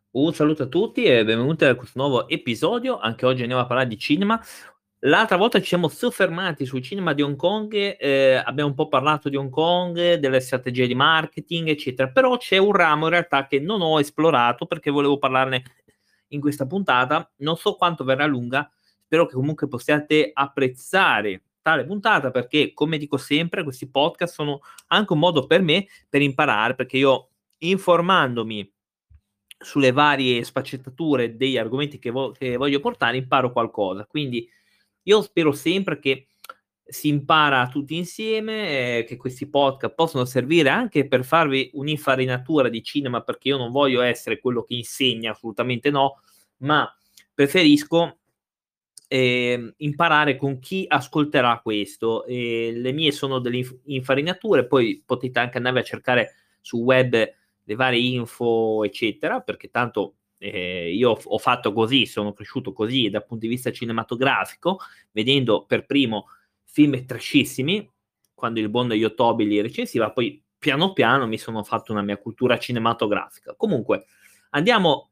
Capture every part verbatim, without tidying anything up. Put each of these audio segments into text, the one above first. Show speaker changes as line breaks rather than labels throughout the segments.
Un saluto a tutti e benvenuti a questo nuovo episodio. Anche oggi andiamo a parlare di cinema. L'altra volta ci siamo soffermati sul cinema di Hong Kong, eh, abbiamo un po' parlato di Hong Kong, delle strategie di marketing, eccetera. Però c'è un ramo in realtà che non ho esplorato perché volevo parlarne in questa puntata. Non so quanto verrà lunga, spero che comunque possiate apprezzare tale puntata perché, come dico sempre, questi podcast sono anche un modo per me per imparare, perché io informandomi sulle varie sfaccettature degli argomenti che, vo- che voglio portare, imparo qualcosa. Quindi io spero sempre che si impara tutti insieme, eh, che questi podcast possono servire anche per farvi un'infarinatura di cinema, perché io non voglio essere quello che insegna, assolutamente no, ma preferisco eh, imparare con chi ascolterà questo. E le mie sono delle inf- infarinature, poi potete anche andare a cercare su web le varie info, eccetera, perché tanto eh, io ho, ho fatto così, sono cresciuto così dal punto di vista cinematografico, vedendo per primo film trashissimi, quando il buon Yotobi li recensiva, poi piano piano mi sono fatto una mia cultura cinematografica. Comunque, andiamo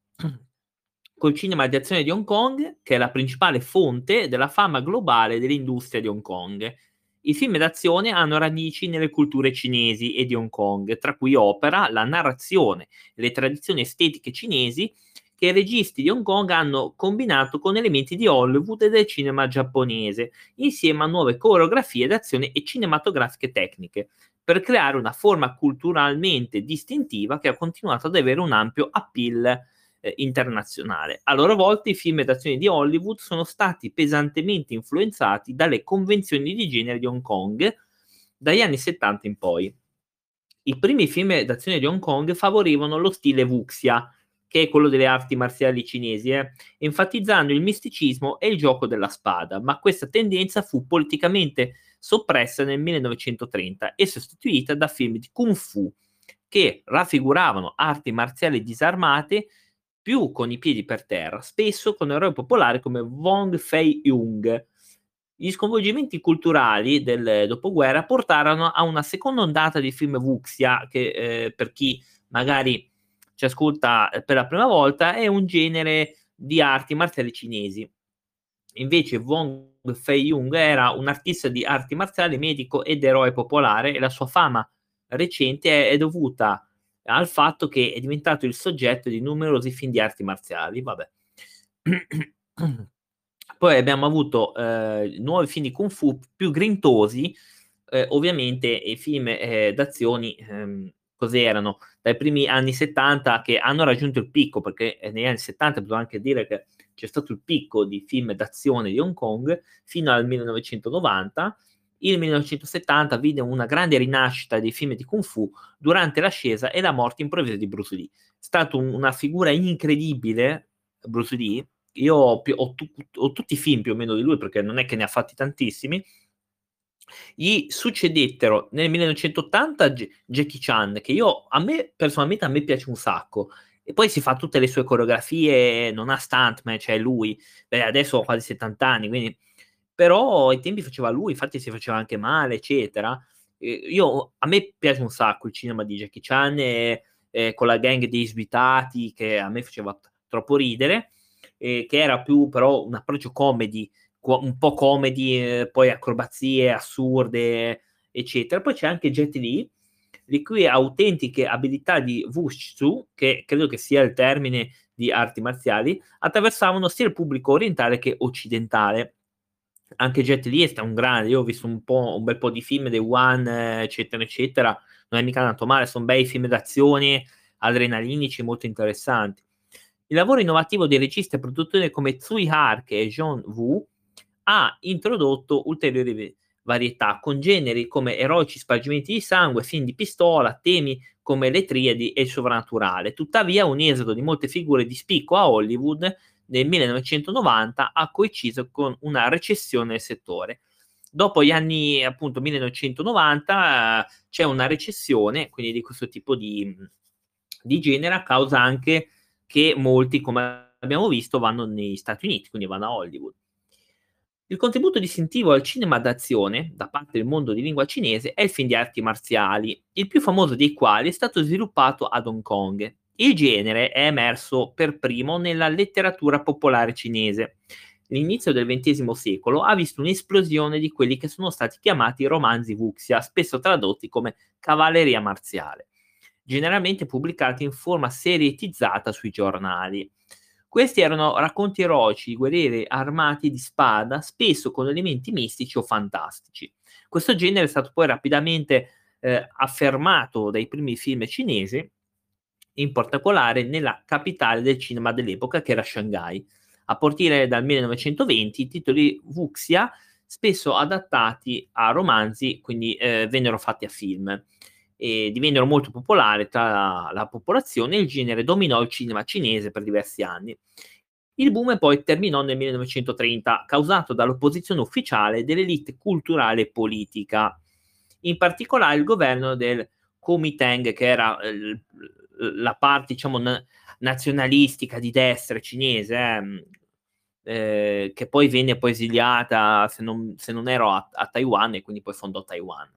col cinema di azione di Hong Kong, che è la principale fonte della fama globale dell'industria di Hong Kong. I film d'azione hanno radici nelle culture cinesi e di Hong Kong, tra cui opera la narrazione e le tradizioni estetiche cinesi che i registi di Hong Kong hanno combinato con elementi di Hollywood e del cinema giapponese, insieme a nuove coreografie d'azione e cinematografiche tecniche, per creare una forma culturalmente distintiva che ha continuato ad avere un ampio appeal eh, internazionale. A loro volta i film d'azione di Hollywood sono stati pesantemente influenzati dalle convenzioni di genere di Hong Kong dagli anni settanta in poi. I primi film d'azione di Hong Kong favorivano lo stile wuxia, che è quello delle arti marziali cinesi, eh, enfatizzando il misticismo e il gioco della spada, ma questa tendenza fu politicamente soppressa nel millenovecentotrenta e sostituita da film di kung fu che raffiguravano arti marziali disarmate più con i piedi per terra, spesso con eroi popolari come Wong Fei-Hung. Gli sconvolgimenti culturali del dopoguerra portarono a una seconda ondata di film wuxia, che eh, per chi magari ci ascolta per la prima volta è un genere di arti marziali cinesi. Invece Wong Fei-Hung era un artista di arti marziali, medico ed eroe popolare e la sua fama recente è, è dovuta al fatto che è diventato il soggetto di numerosi film di arti marziali. Vabbè. Poi abbiamo avuto eh, nuovi film di Kung Fu più grintosi, eh, ovviamente i film eh, d'azioni ehm, cos'erano? Dai primi anni settanta che hanno raggiunto il picco, perché eh, negli anni settanta bisogna anche dire che c'è stato il picco di film d'azione di Hong Kong fino al millenovecentonovanta. Il millenovecentosettanta vide una grande rinascita dei film di Kung Fu durante l'ascesa e la morte improvvisa di Bruce Lee. È stata un- una figura incredibile, Bruce Lee. Io ho, più- ho tu- ho tutti i film più o meno di lui, perché non è che ne ha fatti tantissimi. Gli succedettero nel millenovecentottanta J- Jackie Chan, che io a me personalmente a me piace un sacco. E poi si fa tutte le sue coreografie, non ha stuntman, cioè lui, beh, adesso ha quasi settanta anni, quindi però ai tempi faceva lui, infatti si faceva anche male, eccetera. Eh, io, a me piace un sacco il cinema di Jackie Chan, e, e con la gang dei svitati, che a me faceva t- troppo ridere, eh, che era più però un approccio comedy, co- un po' comedy, eh, poi acrobazie assurde, eccetera. Poi c'è anche Jet Li, le cui autentiche abilità di Wushu, che credo che sia il termine di arti marziali, attraversavano sia il pubblico orientale che occidentale. Anche Jet Li è stato un grande, io ho visto un po', un bel po' di film dei One, eccetera, eccetera, non è mica andato male, sono bei film d'azione, adrenalinici, molto interessanti. Il lavoro innovativo dei registi e produttori come Tsui Hark e John Woo ha introdotto ulteriori varietà, con generi come eroici spargimenti di sangue, film di pistola, temi come le triadi e il sovrannaturale. Tuttavia, un esodo di molte figure di spicco a Hollywood nel millenovecentonovanta ha coinciso con una recessione nel settore. Dopo gli anni appunto millenovecentonovanta eh, c'è una recessione, quindi di questo tipo di, di genere, a causa anche che molti, come abbiamo visto, vanno negli Stati Uniti, quindi vanno a Hollywood. Il contributo distintivo al cinema d'azione, da parte del mondo di lingua cinese, è il film di arti marziali, il più famoso dei quali è stato sviluppato ad Hong Kong. Il genere è emerso per primo nella letteratura popolare cinese. L'inizio del ventesimo secolo ha visto un'esplosione di quelli che sono stati chiamati romanzi wuxia, spesso tradotti come cavalleria marziale, generalmente pubblicati in forma serietizzata sui giornali. Questi erano racconti eroici di guerrieri armati di spada, spesso con elementi mistici o fantastici. Questo genere è stato poi rapidamente eh, affermato dai primi film cinesi, in particolare nella capitale del cinema dell'epoca, che era Shanghai. A partire dal millenovecentoventi i titoli wuxia, spesso adattati a romanzi, quindi eh, vennero fatti a film e divennero molto popolari tra la, la popolazione e il genere dominò il cinema cinese per diversi anni. Il boom poi terminò nel millenovecentotrenta, causato dall'opposizione ufficiale dell'elite culturale e politica, in particolare il governo del Kuomintang, che era eh, la parte, diciamo, na- nazionalistica di destra cinese, eh, eh, che poi venne poi esiliata, se non, se non ero, a, a Taiwan, e quindi poi fondò Taiwan,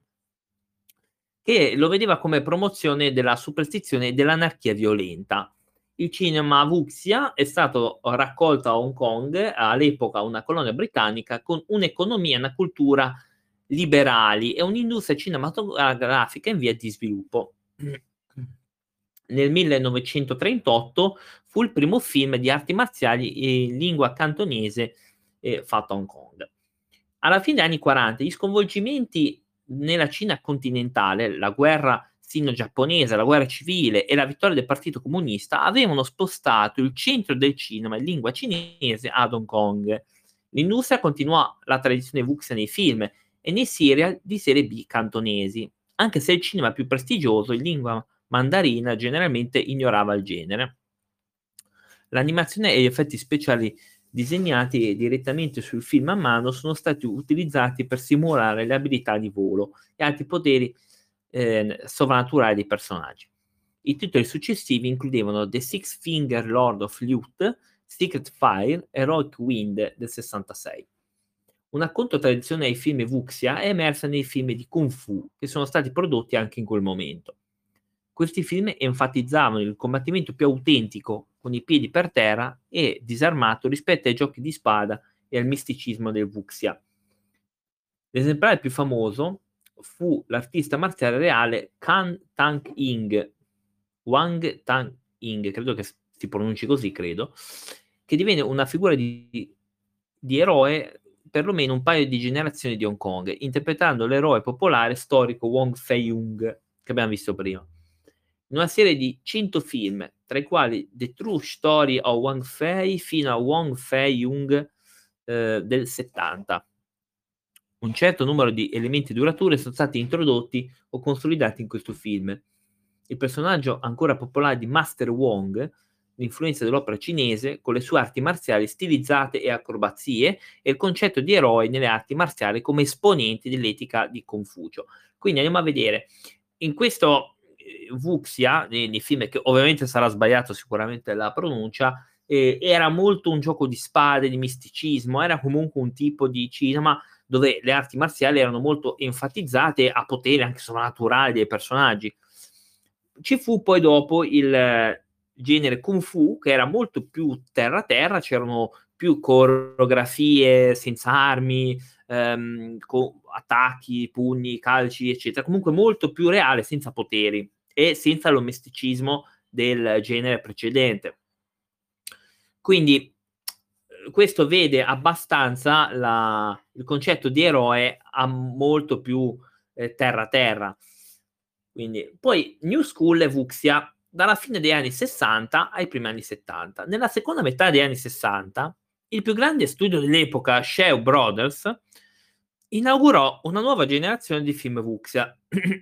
che lo vedeva come promozione della superstizione e dell'anarchia violenta. Il cinema wuxia è stato raccolto a Hong Kong, all'epoca una colonia britannica, con un'economia e una cultura liberali e un'industria cinematografica in via di sviluppo. Nel millenovecentotrentotto fu il primo film di arti marziali in lingua cantonese eh, fatto a Hong Kong. Alla fine degli anni quaranta, gli sconvolgimenti nella Cina continentale, la guerra sino-giapponese, la guerra civile e la vittoria del Partito Comunista avevano spostato il centro del cinema in lingua cinese ad Hong Kong. L'industria continuò la tradizione wuxia nei film e nei serial di serie B cantonesi, anche se il cinema più prestigioso in lingua mandarina generalmente ignorava il genere. L'animazione e gli effetti speciali disegnati direttamente sul film a mano sono stati utilizzati per simulare le abilità di volo e altri poteri eh, sovrannaturali dei personaggi. I titoli successivi includevano The Six Finger Lord of Lute, Secret Fire e Heroic Wind del sessantasei. Una controtradizione ai film wuxia è emersa nei film di Kung Fu, che sono stati prodotti anche in quel momento. Questi film enfatizzavano il combattimento più autentico, con i piedi per terra e disarmato, rispetto ai giochi di spada e al misticismo del wuxia. L'esemplare più famoso fu l'artista marziale reale Kan Tang-ing, Wang Tang-ing, credo che si pronunci così, credo, che divenne una figura di, di eroe perlomeno un paio di generazioni di Hong Kong, interpretando l'eroe popolare storico Wong Fei-hung, che abbiamo visto prima. In una serie di cento film, tra i quali The True Story of Wang Fei fino a Wong Fei-hung eh, del settanta. Un certo numero di elementi duraturi sono stati introdotti o consolidati in questo film. Il personaggio ancora popolare di Master Wong, l'influenza dell'opera cinese, con le sue arti marziali stilizzate e acrobazie, e il concetto di eroe nelle arti marziali come esponenti dell'etica di Confucio. Quindi andiamo a vedere. In questo eh, wuxia, nei, nei film, che ovviamente sarà sbagliato sicuramente la pronuncia, eh, era molto un gioco di spade, di misticismo, era comunque un tipo di cinema dove le arti marziali erano molto enfatizzate a poteri anche sovrannaturali dei personaggi. Ci fu poi dopo il genere Kung Fu, che era molto più terra-terra, c'erano più coreografie senza armi, ehm, con attacchi, pugni, calci, eccetera. Comunque molto più reale, senza poteri e senza lo misticismo del genere precedente. Quindi questo vede abbastanza la, il concetto di eroe a molto più eh, terra-terra. Quindi, poi New School e wuxia dalla fine degli anni sessanta ai primi anni settanta. Nella seconda metà degli anni sessanta, il più grande studio dell'epoca, Shaw Brothers, inaugurò una nuova generazione di film wuxia,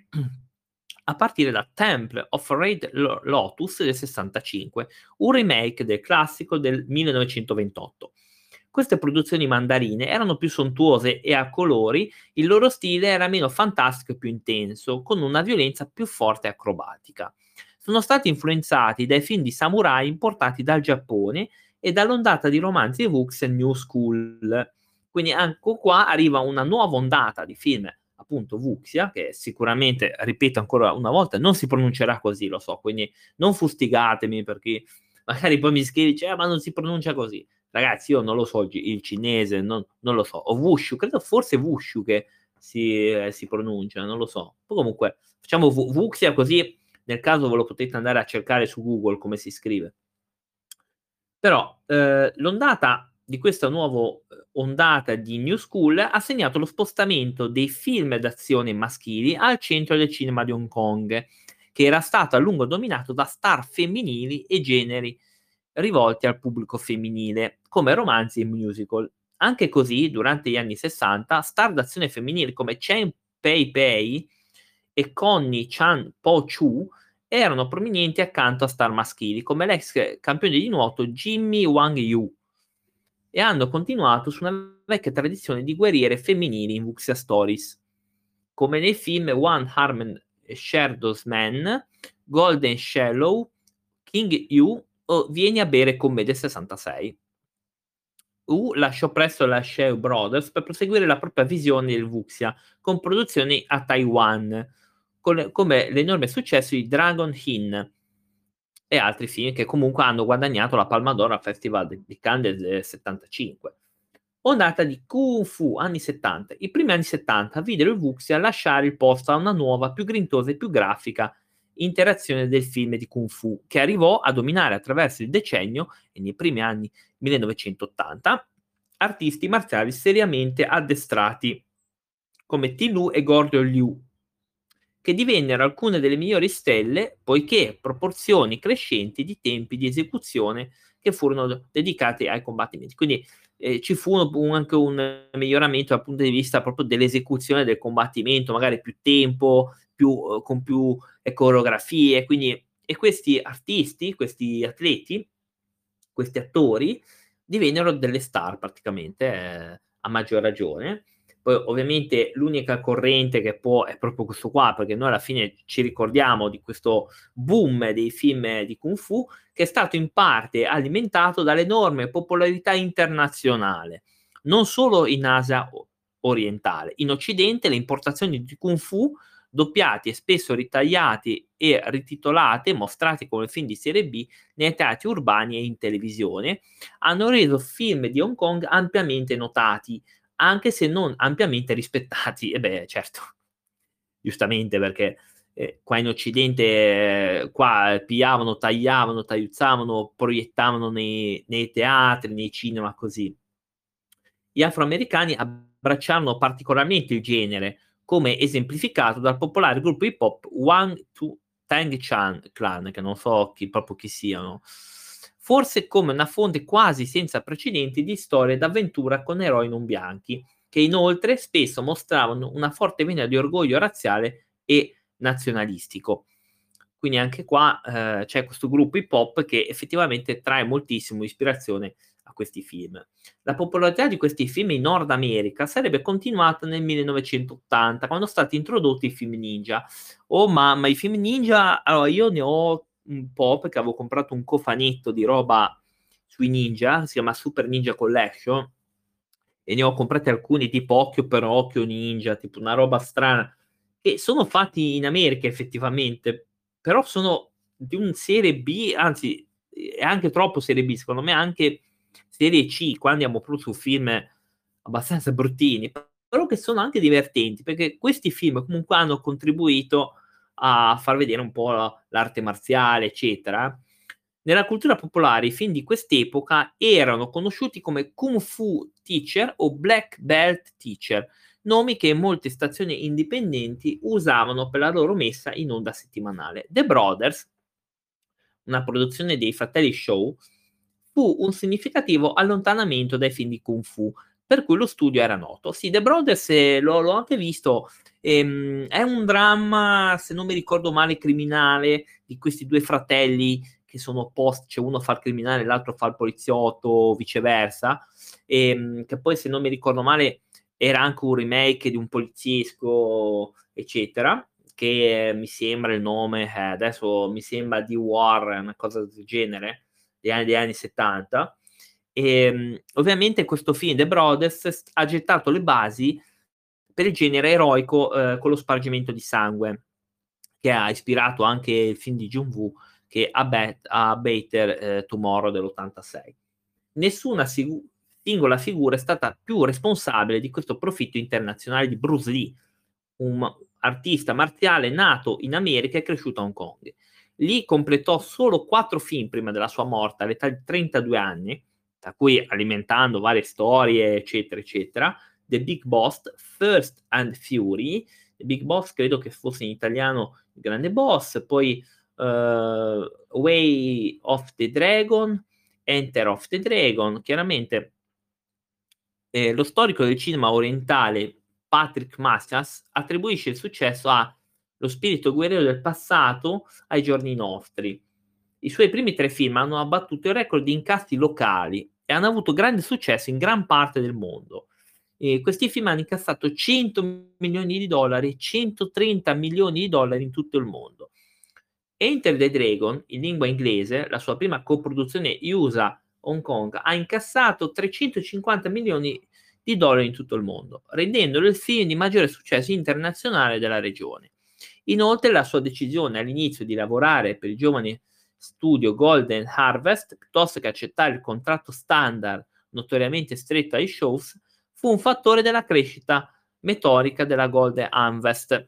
a partire da Temple of Red Lotus del sessantacinque, un remake del classico del millenovecentoventotto. Queste produzioni mandarine erano più sontuose e a colori, il loro stile era meno fantastico e più intenso, con una violenza più forte e acrobatica. Sono stati influenzati dai film di samurai importati dal Giappone e dall'ondata di romanzi wuxia New School. Quindi anche qua arriva una nuova ondata di film appunto Wuxia, che sicuramente, ripeto ancora una volta, non si pronuncerà così, lo so, quindi non fustigatemi perché magari poi mi scrivi, dice: "Ah, ma non si pronuncia così". Ragazzi, io non lo so il ci il cinese, non non lo so. O Wushu, credo forse Wushu che si ehm, si pronuncia, non lo so. Poi comunque facciamo Wu Wuxia, così nel caso ve lo potete andare a cercare su Google come si scrive. Però, ehm, l'ondata di questa nuovo uhm, ondata di New School ha segnato lo spostamento dei film d'azione maschili al centro del cinema di Hong Kong, che era stato a lungo dominato da star femminili e generi rivolti al pubblico femminile, come romanzi e musical. Anche così, durante gli anni 'sessanta, star d'azione femminili come Chen Pei Pei e Connie Chan Po Chu erano prominenti accanto a star maschili, come l'ex campione di nuoto Jimmy Wang Yu, e hanno continuato su una vecchia tradizione di guerriere femminili in Wuxia Stories, come nei film One Armed Shadows Man, Golden Shallow, King Yu o Vieni a bere con me del 'sessantasei. Wu lasciò presto la Shaw Brothers per proseguire la propria visione del Wuxia, con produzioni a Taiwan, con come l'enorme successo di Dragon Hin e altri film che comunque hanno guadagnato la Palma d'Oro al Festival de di Cannes del settantacinque. Ondata di Kung Fu anni 'settanta. I primi anni 'settanta videro il Wuxia lasciare il posto a una nuova, più grintosa e più grafica interazione del film di Kung Fu, che arrivò a dominare attraverso il decennio e nei primi anni millenovecentottanta artisti marziali seriamente addestrati come Ti Lu e Gordio Liu, che divennero alcune delle migliori stelle poiché proporzioni crescenti di tempi di esecuzione che furono d dedicati ai combattimenti. Quindi, ehm, ci fu un un anche un miglioramento dal punto di vista proprio dell'esecuzione del combattimento, magari più tempo, più uhm, con più, ehm, coreografie, quindi e questi artisti, questi atleti, questi attori divennero delle star praticamente, ehm, a maggior ragione. Poi ovviamente l'unica corrente che può è proprio questo qua, perché noi alla fine ci ricordiamo di questo boom dei film di Kung Fu, che è stato in parte alimentato dall'enorme popolarità internazionale, non solo in Asia o orientale. In Occidente le importazioni di Kung Fu, doppiati e spesso ritagliati e rititolate, mostrati come film di serie B nei teatri urbani e in televisione, hanno reso film di Hong Kong ampiamente notati, anche se non ampiamente rispettati. E beh, certo, giustamente perché, ehm, qua in Occidente, ehm, qua pigliavano, tagliavano, tagliuzzavano, proiettavano nei nei teatri, nei cinema, così. Gli afroamericani abbracciarono particolarmente il genere, come esemplificato dal popolare gruppo hip hop One Two Tang Chan Clan, che non so chi proprio chi siano, forse come una fonte quasi senza precedenti di storie d'avventura con eroi non bianchi, che inoltre spesso mostravano una forte vena di orgoglio razziale e nazionalistico. Quindi anche qua, ehm, c'è questo gruppo hip hop che effettivamente trae moltissimo ispirazione a questi film. La popolarità di questi film in Nord America sarebbe continuata nel millenovecentottanta, quando son stati introdotti i film ninja. Oh mamma, i film ninja, allora io ne ho un po' perché avevo comprato un cofanetto di roba sui ninja, si chiama Super Ninja Collection, e ne ho comprati alcuni tipo occhio per occhio ninja, tipo una roba strana, che sono fatti in America effettivamente, però sono di un serie B, anzi è anche troppo serie B, secondo me anche serie C, qua andiamo proprio su film abbastanza bruttini, però che sono anche divertenti, perché questi film comunque hanno contribuito a far vedere un po' la l'arte marziale, eccetera. Nella cultura popolare i film di quest'epoca erano conosciuti come Kung Fu Teacher o Black Belt Teacher, nomi che molte stazioni indipendenti usavano per la loro messa in onda settimanale. The Brothers, una produzione dei fratelli Shaw, fu un significativo allontanamento dai film di Kung Fu, per cui lo studio era noto. Sì, The Brothers, ehm, l'ho l'ho anche visto, ehm, è un dramma, se non mi ricordo male, criminale, di questi due fratelli che sono opposti, cioè uno fa il criminale e l'altro fa il poliziotto o viceversa, ehm, che poi se non mi ricordo male era anche un remake di un poliziesco, eccetera, che mi sembra il nome, eh, adesso mi sembra di War, una cosa del genere, degli anni degli anni 'settanta. Ehm, ovviamente questo film The Brothers s ha gettato le basi per il genere eroico, ehm, con lo spargimento di sangue, che ha ispirato anche il film di Jung Woo che a Bet a Better, ehm, Tomorrow dell'ottantasei. Nessuna sigu singola figura è stata più responsabile di questo profitto internazionale di Bruce Lee, un ma artista marziale nato in America e cresciuto a Hong Kong. Lee completò solo quattro film prima della sua morte all'età di trentadue anni, tra cui alimentando varie storie, eccetera, eccetera. The Big Boss, First and Fury, The Big Boss credo che fosse in italiano Il grande boss, poi, uhm, Way of the Dragon, Enter of the Dragon, chiaramente ehm, lo storico del cinema orientale Patrick Macias attribuisce il successo a "lo spirito guerriero del passato ai giorni nostri". I suoi primi tre film hanno abbattuto il record di incassi locali e hanno avuto grande successo in gran parte del mondo. E questi film hanno incassato cento milioni di dollari, centotrenta milioni di dollari in tutto il mondo. Enter the Dragon, in lingua inglese, la sua prima coproduzione U S A-Hong Kong, ha incassato trecentocinquanta milioni di dollari in tutto il mondo, rendendolo il film di maggiore successo internazionale della regione. Inoltre la sua decisione all'inizio di lavorare per il giovane studio Golden Harvest, piuttosto che accettare il contratto standard notoriamente stretto ai shows, fu un fattore della crescita meteorica della Golden Harvest.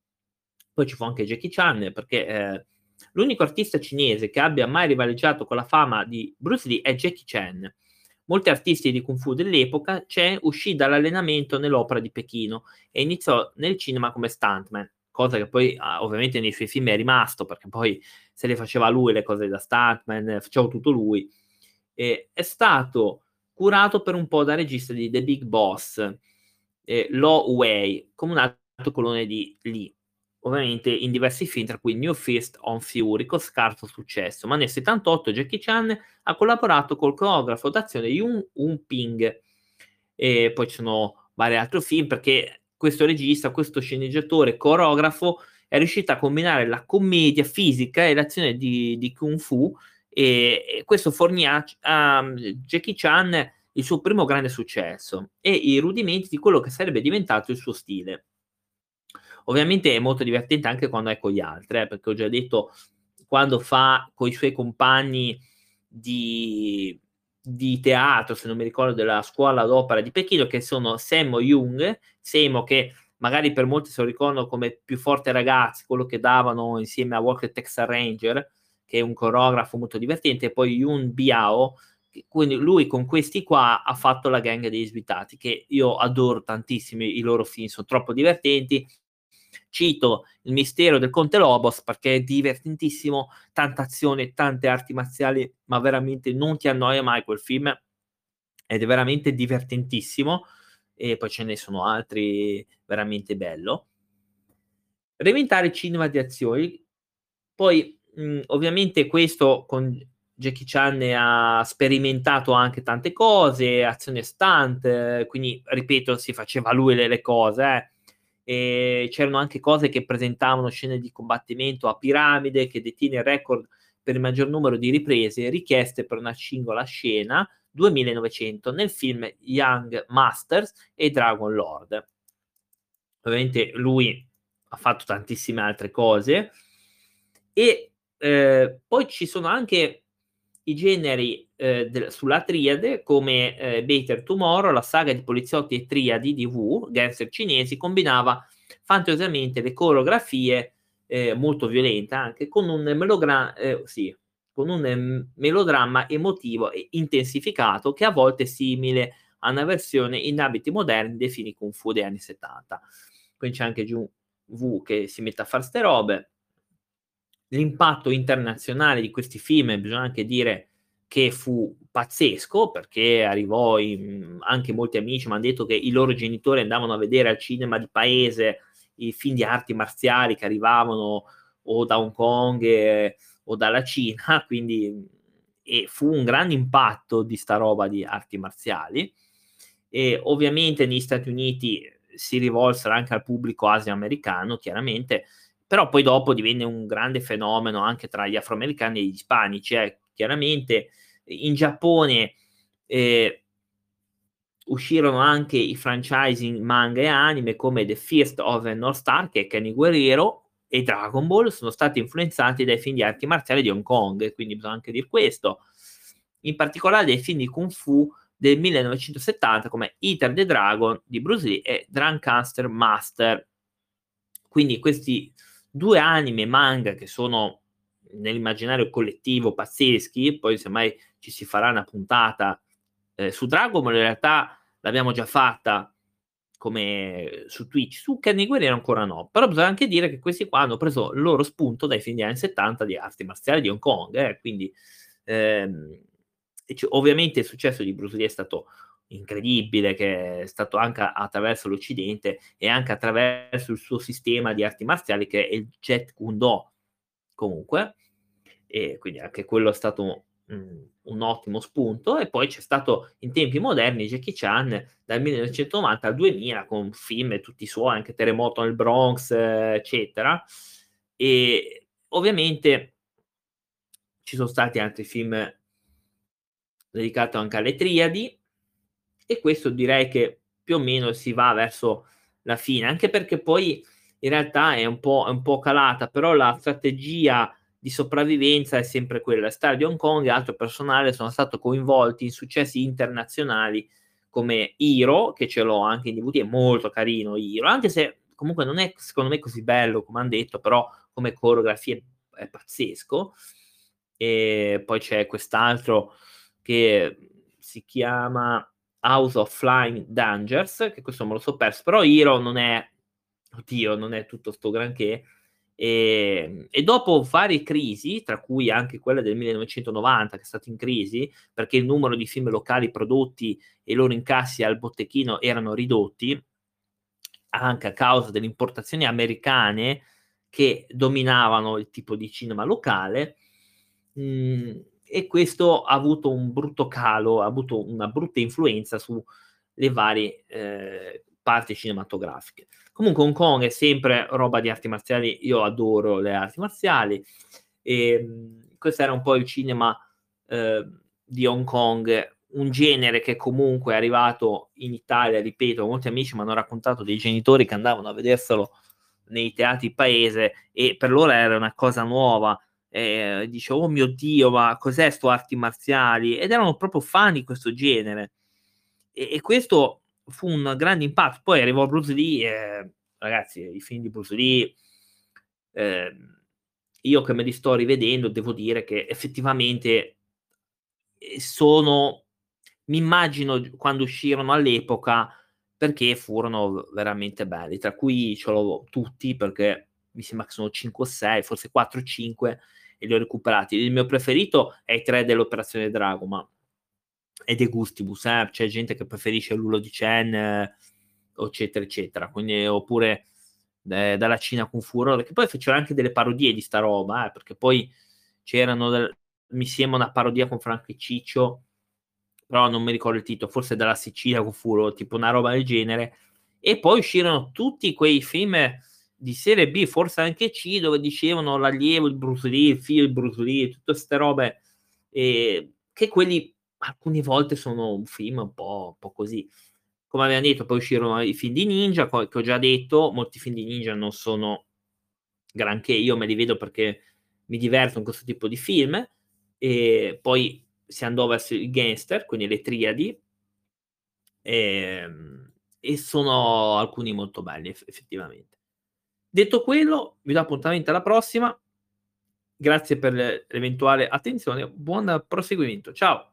Poi ci fu anche Jackie Chan perché, ehm, l'unico artista cinese che abbia mai rivaleggiato con la fama di Bruce Lee è Jackie Chan. Molti artisti di Kung Fu dell'epoca, Chen uscì dall'allenamento nell'opera di Pechino e iniziò nel cinema come stuntman, cosa che poi, ah, ovviamente nei suoi film è rimasto, perché poi se le faceva lui le cose da stuntman, faceva tutto lui. E è stato curato per un po' da regista di The Big Boss, ehm, Lo Wei, come un altro clone di Lee. Ovviamente in diversi film, tra cui New Fist on Fury, con scarso successo, ma nel settantotto Jackie Chan ha collaborato col coreografo d'azione Yun Un Ping. E poi ci sono vari altri film, perché questo regista, questo sceneggiatore, coreografo, è riuscito a combinare la commedia fisica e l'azione di di Kung Fu, e e questo fornì a c a Jackie Chan il suo primo grande successo e i rudimenti di quello che sarebbe diventato il suo stile. Ovviamente è molto divertente anche quando è con gli altri, eh, perché ho già detto, quando fa coi suoi compagni di di teatro, se non mi ricordo, della scuola d'opera di Pechino, che sono Sammo Hung, Sammo che magari per molti se lo ricordano come Più forte ragazzi, quello che davano insieme a Walker Texas Ranger, che è un coreografo molto divertente, e poi Yun Biao, che quindi lui con questi qua ha fatto La gang degli svitati, che io adoro tantissimo i loro film, son troppo divertenti. Cito Il mistero del conte Lobos perché è divertentissimo, tanta azione, tante arti marziali, ma veramente non ti annoia mai quel film, ed è veramente divertentissimo, e poi ce ne sono altri veramente bello. Reinventare il cinema di azioni, poi, mhmm, ovviamente questo con Jackie Chan ne ha sperimentato anche tante cose, azione stunt, quindi ripeto si faceva lui le le cose, eh. Ehm, c'erano anche cose che presentavano scene di combattimento a piramide, che detiene il record per il maggior numero di riprese richieste per una singola scena, duemilanovecento, nel film Young Masters e Dragon Lord. Ovviamente lui ha fatto tantissime altre cose e, ehm, poi ci sono anche i generi, ehm, del sulla triade come, ehm, Better Tomorrow, la saga di poliziotti e triadi di Woo, gangster cinesi, combinava fantasiosamente le coreografie, ehm, molto violenta anche, con un melogra ehm, sì, con un, mhmm, melodramma emotivo e intensificato che a volte è simile a una versione in abiti moderni dei film Kung Fu degli anni 'settanta. Quindi c'è anche Jung Woo che si mette a far 'ste robe. L'impatto internazionale di questi film, bisogna anche dire che fu pazzesco, perché arrivò in anche molti amici m'han detto che i loro genitori andavano a vedere al cinema di paese i film di arti marziali che arrivavano o da Hong Kong, ehm, o dalla Cina, quindi e fu un grande impatto di 'sta roba di arti marziali. E ovviamente negli Stati Uniti si rivolsero anche al pubblico asio-americano chiaramente, però poi dopo divenne un grande fenomeno anche tra gli afroamericani e gli ispanici, eh, chiaramente. In Giappone, ehm Uscirono anche i franchising manga e anime come The Fist of the North Star, che è Kenny Guerriero, e Dragon Ball sono stati influenzati dai film di arti marziali di Hong Kong, quindi bisogna anche dir questo. In particolare dai film di Kung Fu del millenovecentosettanta come Enter the Dragon di Bruce Lee e Drunkenster Master. Quindi questi due anime e manga che sono nell'immaginario collettivo pazzeschi, poi semmai ci si farà una puntata eh, su Dragon Ball, in realtà l'abbiamo già fatta come su Twitch, su Kenny Guerriero ancora no, però bisogna anche dire che questi qua hanno preso il loro spunto dai film degli anni settanta di arti marziali di Hong Kong, eh, quindi ehm, e c- ovviamente il successo di Bruce Lee è stato incredibile, che è stato anche attraverso l'Occidente e anche attraverso il suo sistema di arti marziali che è il Jet Kune Do comunque, e quindi anche quello è stato un, un ottimo spunto. E poi c'è stato in tempi moderni Jackie Chan dal millenovecentonovanta al duemila con film tutti suoi, anche Terremoto nel Bronx, eh, eccetera, e ovviamente ci sono stati altri film dedicato anche alle triadi, e questo direi che più o meno si va verso la fine, anche perché poi in realtà è un po', è un po' calata, però la strategia di sopravvivenza è sempre quella. Star di Hong Kong e altro personale sono stato coinvolti in successi internazionali come Hero, che ce l'ho anche in D V D, è molto carino Hero, anche se comunque non è secondo me così bello come hanno detto, però come coreografia è pazzesco. E poi c'è quest'altro che si chiama House of Flying Dangers, che questo me lo so perso, però Hero non è, oddio, non è tutto sto granché. E, e dopo varie crisi, tra cui anche quella del millenovecentonovanta, che è stata in crisi perché il numero di film locali prodotti e i loro incassi al botteghino erano ridotti, anche a causa delle importazioni americane che dominavano il tipo di cinema locale. Mh, e questo ha avuto un brutto calo, ha avuto una brutta influenza sulle varie eh, parti cinematografiche. Comunque Hong Kong è sempre roba di arti marziali, io adoro le arti marziali, e mh, questo era un po' il cinema eh, di Hong Kong, un genere che comunque è arrivato in Italia, ripeto, molti amici mi hanno raccontato dei genitori che andavano a vederselo nei teatri paese e per loro era una cosa nuova. Eh, dice, oh mio Dio, ma cos'è sto arti marziali? Ed erano proprio fan di questo genere. E, e questo fu un grande impatto. Poi arrivò Bruce Lee, eh, ragazzi, i film di Bruce Lee, eh, io che me li sto rivedendo, devo dire che effettivamente eh, sono, mi immagino quando uscirono all'epoca, perché furono veramente belli, tra cui ce l'ho tutti, perché mi sembra che sono cinque o sei, forse quattro o cinque, e li ho recuperati. Il mio preferito è i tre dell'Operazione Drago, ma è de gustibus, eh? C'è gente che preferisce l'Ulo di Chen, eh, eccetera, eccetera. Quindi, oppure eh, dalla Cina Kung Fu, perché poi fecero anche delle parodie di sta roba, eh, perché poi c'erano, del, mi sembra una parodia con Franco e Ciccio, però non mi ricordo il titolo, forse dalla Sicilia Kung Fu, tipo una roba del genere. E poi uscirono tutti quei film di serie B, forse anche C, dove dicevano l'allievo, il Bruce Lee, il figlio di Bruce Lee, tutte queste robe, eh, che quelli alcune volte sono un film un po', un po' così. Come abbiamo detto, poi uscirono i film di ninja, co- che ho già detto, molti film di ninja non sono granché, io me li vedo perché mi diverto in questo tipo di film, e poi si andò verso il gangster, quindi le triadi, ehm, e sono alcuni molto belli eff- effettivamente. Detto quello, vi do appuntamento alla prossima, grazie per l'eventuale attenzione, buon proseguimento, ciao!